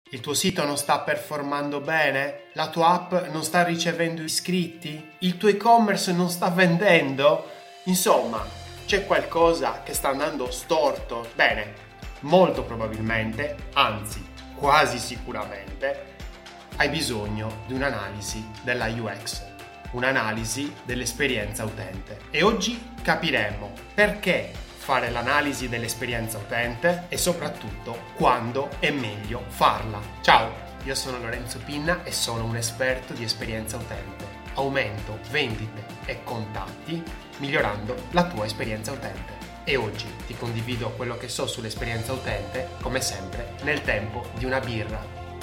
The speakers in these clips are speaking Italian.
Il tuo sito non sta performando bene? La tua app non sta ricevendo iscritti? Il tuo e-commerce non sta vendendo? Insomma, c'è qualcosa che sta andando storto? Bene, molto probabilmente, anzi quasi sicuramente, hai bisogno di un'analisi della UX, un'analisi dell'esperienza utente. E oggi capiremo perché fare l'analisi dell'esperienza utente e soprattutto quando è meglio farla. Ciao, io sono Lorenzo Pinna e sono un esperto di esperienza utente. Aumento vendite e contatti migliorando la tua esperienza utente. E oggi ti condivido quello che so sull'esperienza utente, come sempre, nel tempo di una birra.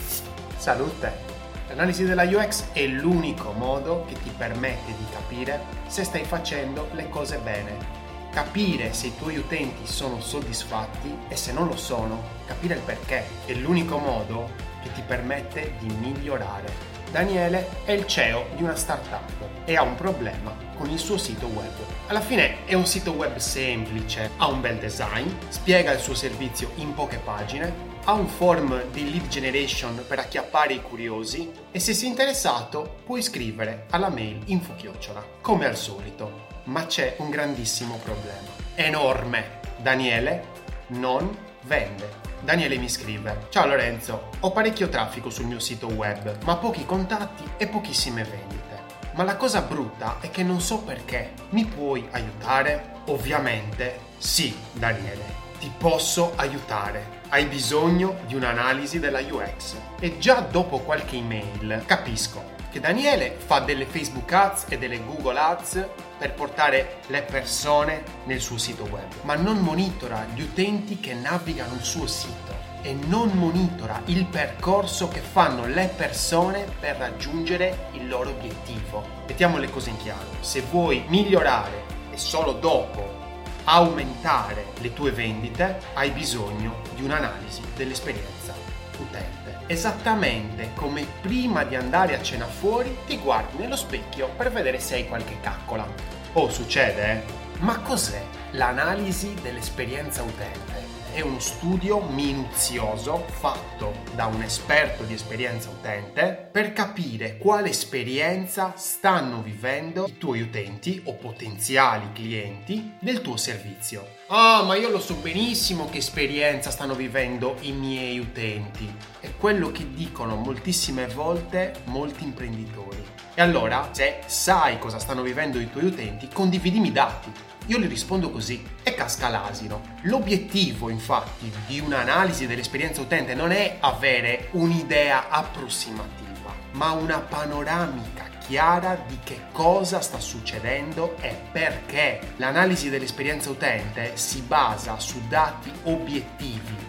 Salute! L'analisi della UX è l'unico modo che ti permette di capire se stai facendo le cose bene. Capire se i tuoi utenti sono soddisfatti e se non lo sono, capire il perché, è l'unico modo che ti permette di migliorare. Daniele è il CEO di una startup e ha un problema con il suo sito web. Alla fine è un sito web semplice, ha un bel design, spiega il suo servizio in poche pagine, ha un form di lead generation per acchiappare i curiosi e se sei interessato puoi scrivere alla mail info@, come al solito. Ma c'è un grandissimo problema, enorme. Daniele non vende. Daniele mi scrive: ciao Lorenzo, ho parecchio traffico sul mio sito web, ma pochi contatti e pochissime vendite. Ma la cosa brutta è che non so perché. Mi puoi aiutare? Ovviamente sì, Daniele, ti posso aiutare. Hai bisogno di un'analisi della UX. E già dopo qualche email capisco che Daniele fa delle Facebook Ads e delle Google Ads per portare le persone nel suo sito web, ma non monitora gli utenti che navigano il suo sito e non monitora il percorso che fanno le persone per raggiungere il loro obiettivo. Mettiamo le cose in chiaro: se vuoi migliorare e solo dopo aumentare le tue vendite, hai bisogno di un'analisi dell'esperienza utente. Esattamente come prima di andare a cena fuori ti guardi nello specchio per vedere se hai qualche caccola. Oh, succede, Ma cos'è l'analisi dell'esperienza utente? È uno studio minuzioso fatto da un esperto di esperienza utente per capire quale esperienza stanno vivendo i tuoi utenti o potenziali clienti del tuo servizio. Ah, ma io lo so benissimo che esperienza stanno vivendo i miei utenti. È quello che dicono moltissime volte molti imprenditori. E allora, se sai cosa stanno vivendo i tuoi utenti, condividimi i dati. Io gli rispondo così e casca l'asino. L'obiettivo, infatti, di un'analisi dell'esperienza utente non è avere un'idea approssimativa, ma una panoramica chiara di che cosa sta succedendo e perché. L'analisi dell'esperienza utente si basa su dati obiettivi,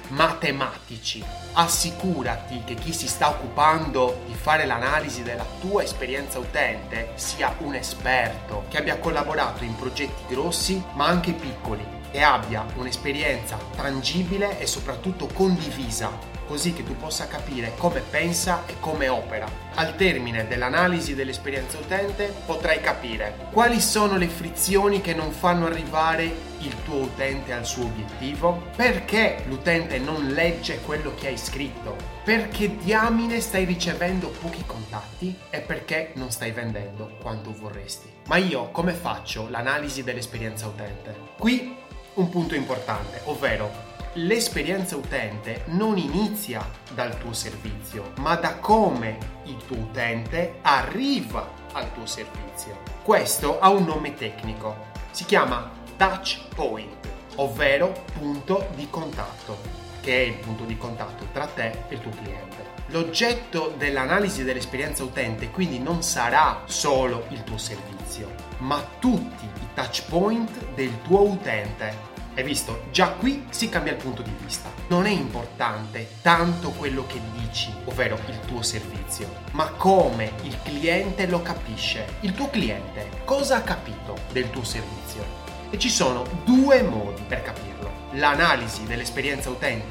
matematici. Assicurati che chi si sta occupando di fare l'analisi della tua esperienza utente sia un esperto, che abbia collaborato in progetti grossi ma anche piccoli e abbia un'esperienza tangibile e soprattutto condivisa, così che tu possa capire come pensa e come opera. Al termine dell'analisi dell'esperienza utente potrai capire quali sono le frizioni che non fanno arrivare il tuo utente al suo obiettivo, perché l'utente non legge quello che hai scritto, perché diamine stai ricevendo pochi contatti e perché non stai vendendo quanto vorresti. Ma io come faccio l'analisi dell'esperienza utente? Qui un punto importante, ovvero l'esperienza utente non inizia dal tuo servizio, ma da come il tuo utente arriva al tuo servizio. Questo ha un nome tecnico, si chiama touch point, ovvero punto di contatto, che è il punto di contatto tra te e il tuo cliente. L'oggetto dell'analisi dell'esperienza utente quindi non sarà solo il tuo servizio, ma tutti i touch point del tuo utente. Hai visto? Già qui si cambia il punto di vista. Non è importante tanto quello che dici, ovvero il tuo servizio, ma come il cliente lo capisce. Il tuo cliente cosa ha capito del tuo servizio? E ci sono due modi per capirlo. L'analisi dell'esperienza utente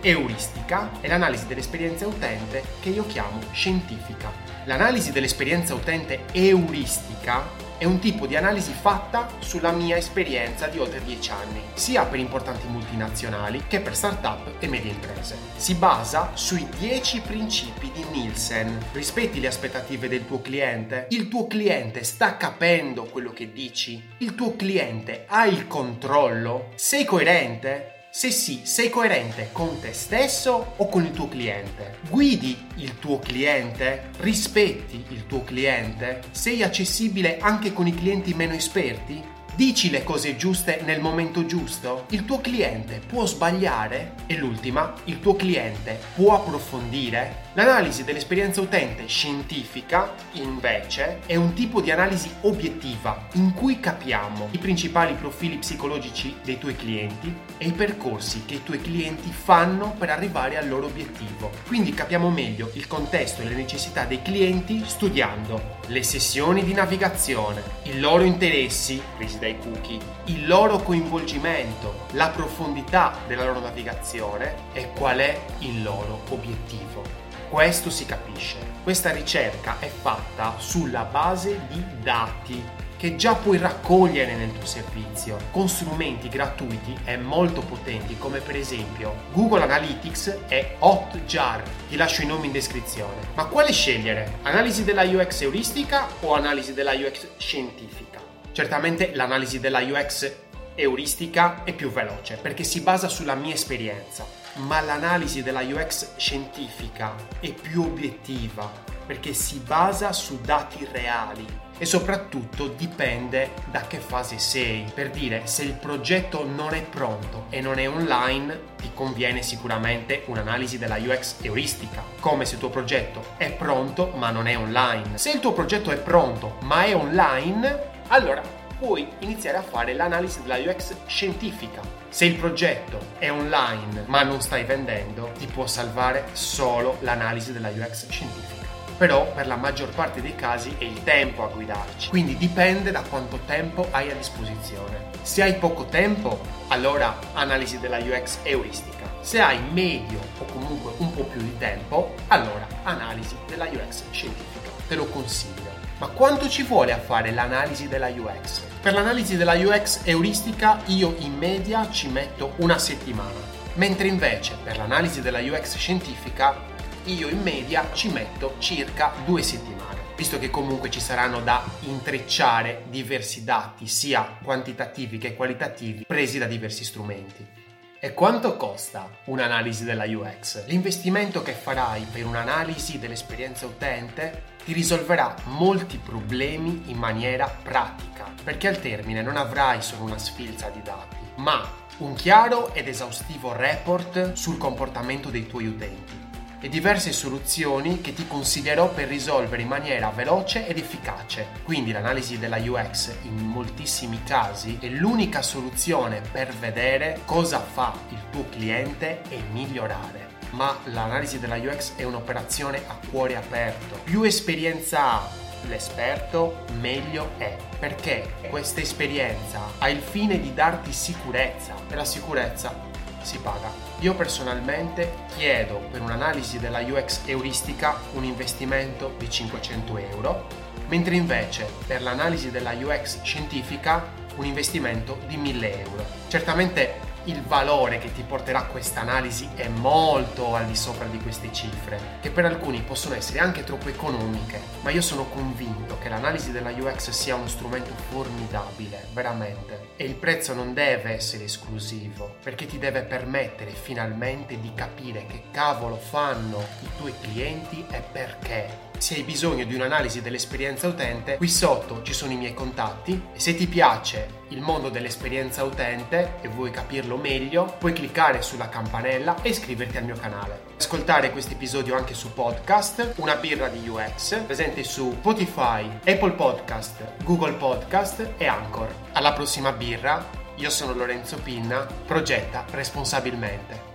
euristica e l'analisi dell'esperienza utente che io chiamo scientifica. L'analisi dell'esperienza utente euristica è un tipo di analisi fatta sulla mia esperienza di oltre 10 anni, sia per importanti multinazionali che per start-up e medie imprese. Si basa sui 10 principi di Nielsen. Rispetti le aspettative del tuo cliente? Il tuo cliente sta capendo quello che dici? Il tuo cliente ha il controllo? Sei coerente? Se sì, sei coerente con te stesso o con il tuo cliente? Guidi il tuo cliente? Rispetti il tuo cliente? Sei accessibile anche con i clienti meno esperti? Dici le cose giuste nel momento giusto? Il tuo cliente può sbagliare? E l'ultima, il tuo cliente può approfondire? L'analisi dell'esperienza utente scientifica, invece, è un tipo di analisi obiettiva in cui capiamo i principali profili psicologici dei tuoi clienti e i percorsi che i tuoi clienti fanno per arrivare al loro obiettivo. Quindi capiamo meglio il contesto e le necessità dei clienti studiando le sessioni di navigazione, i loro interessi presi dai cookie, il loro coinvolgimento, la profondità della loro navigazione e qual è il loro obiettivo. Questo si capisce. Questa ricerca è fatta sulla base di dati che già puoi raccogliere nel tuo servizio con strumenti gratuiti e molto potenti come per esempio Google Analytics e Hotjar. Ti lascio i nomi in descrizione. Ma quale scegliere? Analisi della UX euristica o analisi della UX scientifica? Certamente l'analisi della UX euristica è più veloce perché si basa sulla mia esperienza, ma l'analisi della UX scientifica è più obiettiva perché si basa su dati reali e soprattutto dipende da che fase sei. Per dire, se il progetto non è pronto e non è online, ti conviene sicuramente un'analisi della UX euristica, come se il tuo progetto è pronto ma non è online. Se il tuo progetto è pronto ma è online, allora puoi iniziare a fare l'analisi della UX scientifica. Se il progetto è online ma non stai vendendo, ti può salvare solo l'analisi della UX scientifica. Però per la maggior parte dei casi è il tempo a guidarci, quindi dipende da quanto tempo hai a disposizione. Se hai poco tempo, allora analisi della UX euristica. Se hai medio o comunque un po' più di tempo, allora analisi della UX scientifica. Te lo consiglio. Ma quanto ci vuole a fare l'analisi della UX? Per l'analisi della UX euristica io in media ci metto una settimana, mentre invece per l'analisi della UX scientifica io in media ci metto circa 2 settimane, visto che comunque ci saranno da intrecciare diversi dati, sia quantitativi che qualitativi, presi da diversi strumenti. E quanto costa un'analisi della UX? L'investimento che farai per un'analisi dell'esperienza utente ti risolverà molti problemi in maniera pratica, perché al termine non avrai solo una sfilza di dati, ma un chiaro ed esaustivo report sul comportamento dei tuoi utenti e diverse soluzioni che ti consiglierò per risolvere in maniera veloce ed efficace. Quindi l'analisi della UX in moltissimi casi è l'unica soluzione per vedere cosa fa il tuo cliente e migliorare. Ma l'analisi della UX è un'operazione a cuore aperto. Più esperienza ha l'esperto, meglio è, perché questa esperienza ha il fine di darti sicurezza e la sicurezza si paga. Io personalmente chiedo per un'analisi della UX euristica un investimento di 500 euro, mentre invece per l'analisi della UX scientifica un investimento di 1000 euro. Certamente il valore che ti porterà questa analisi è molto al di sopra di queste cifre, che per alcuni possono essere anche troppo economiche, ma io sono convinto che l'analisi della UX sia uno strumento formidabile, veramente. E il prezzo non deve essere esclusivo, perché ti deve permettere finalmente di capire che cavolo fanno i tuoi clienti e perché. Se hai bisogno di un'analisi dell'esperienza utente, qui sotto ci sono i miei contatti e se ti piace il mondo dell'esperienza utente e vuoi capirlo meglio, puoi cliccare sulla campanella e iscriverti al mio canale. Ascoltare questo episodio anche su podcast, Una birra di UX, presente su Spotify, Apple Podcast, Google Podcast e Anchor. Alla prossima birra, io sono Lorenzo Pinna, progetta responsabilmente.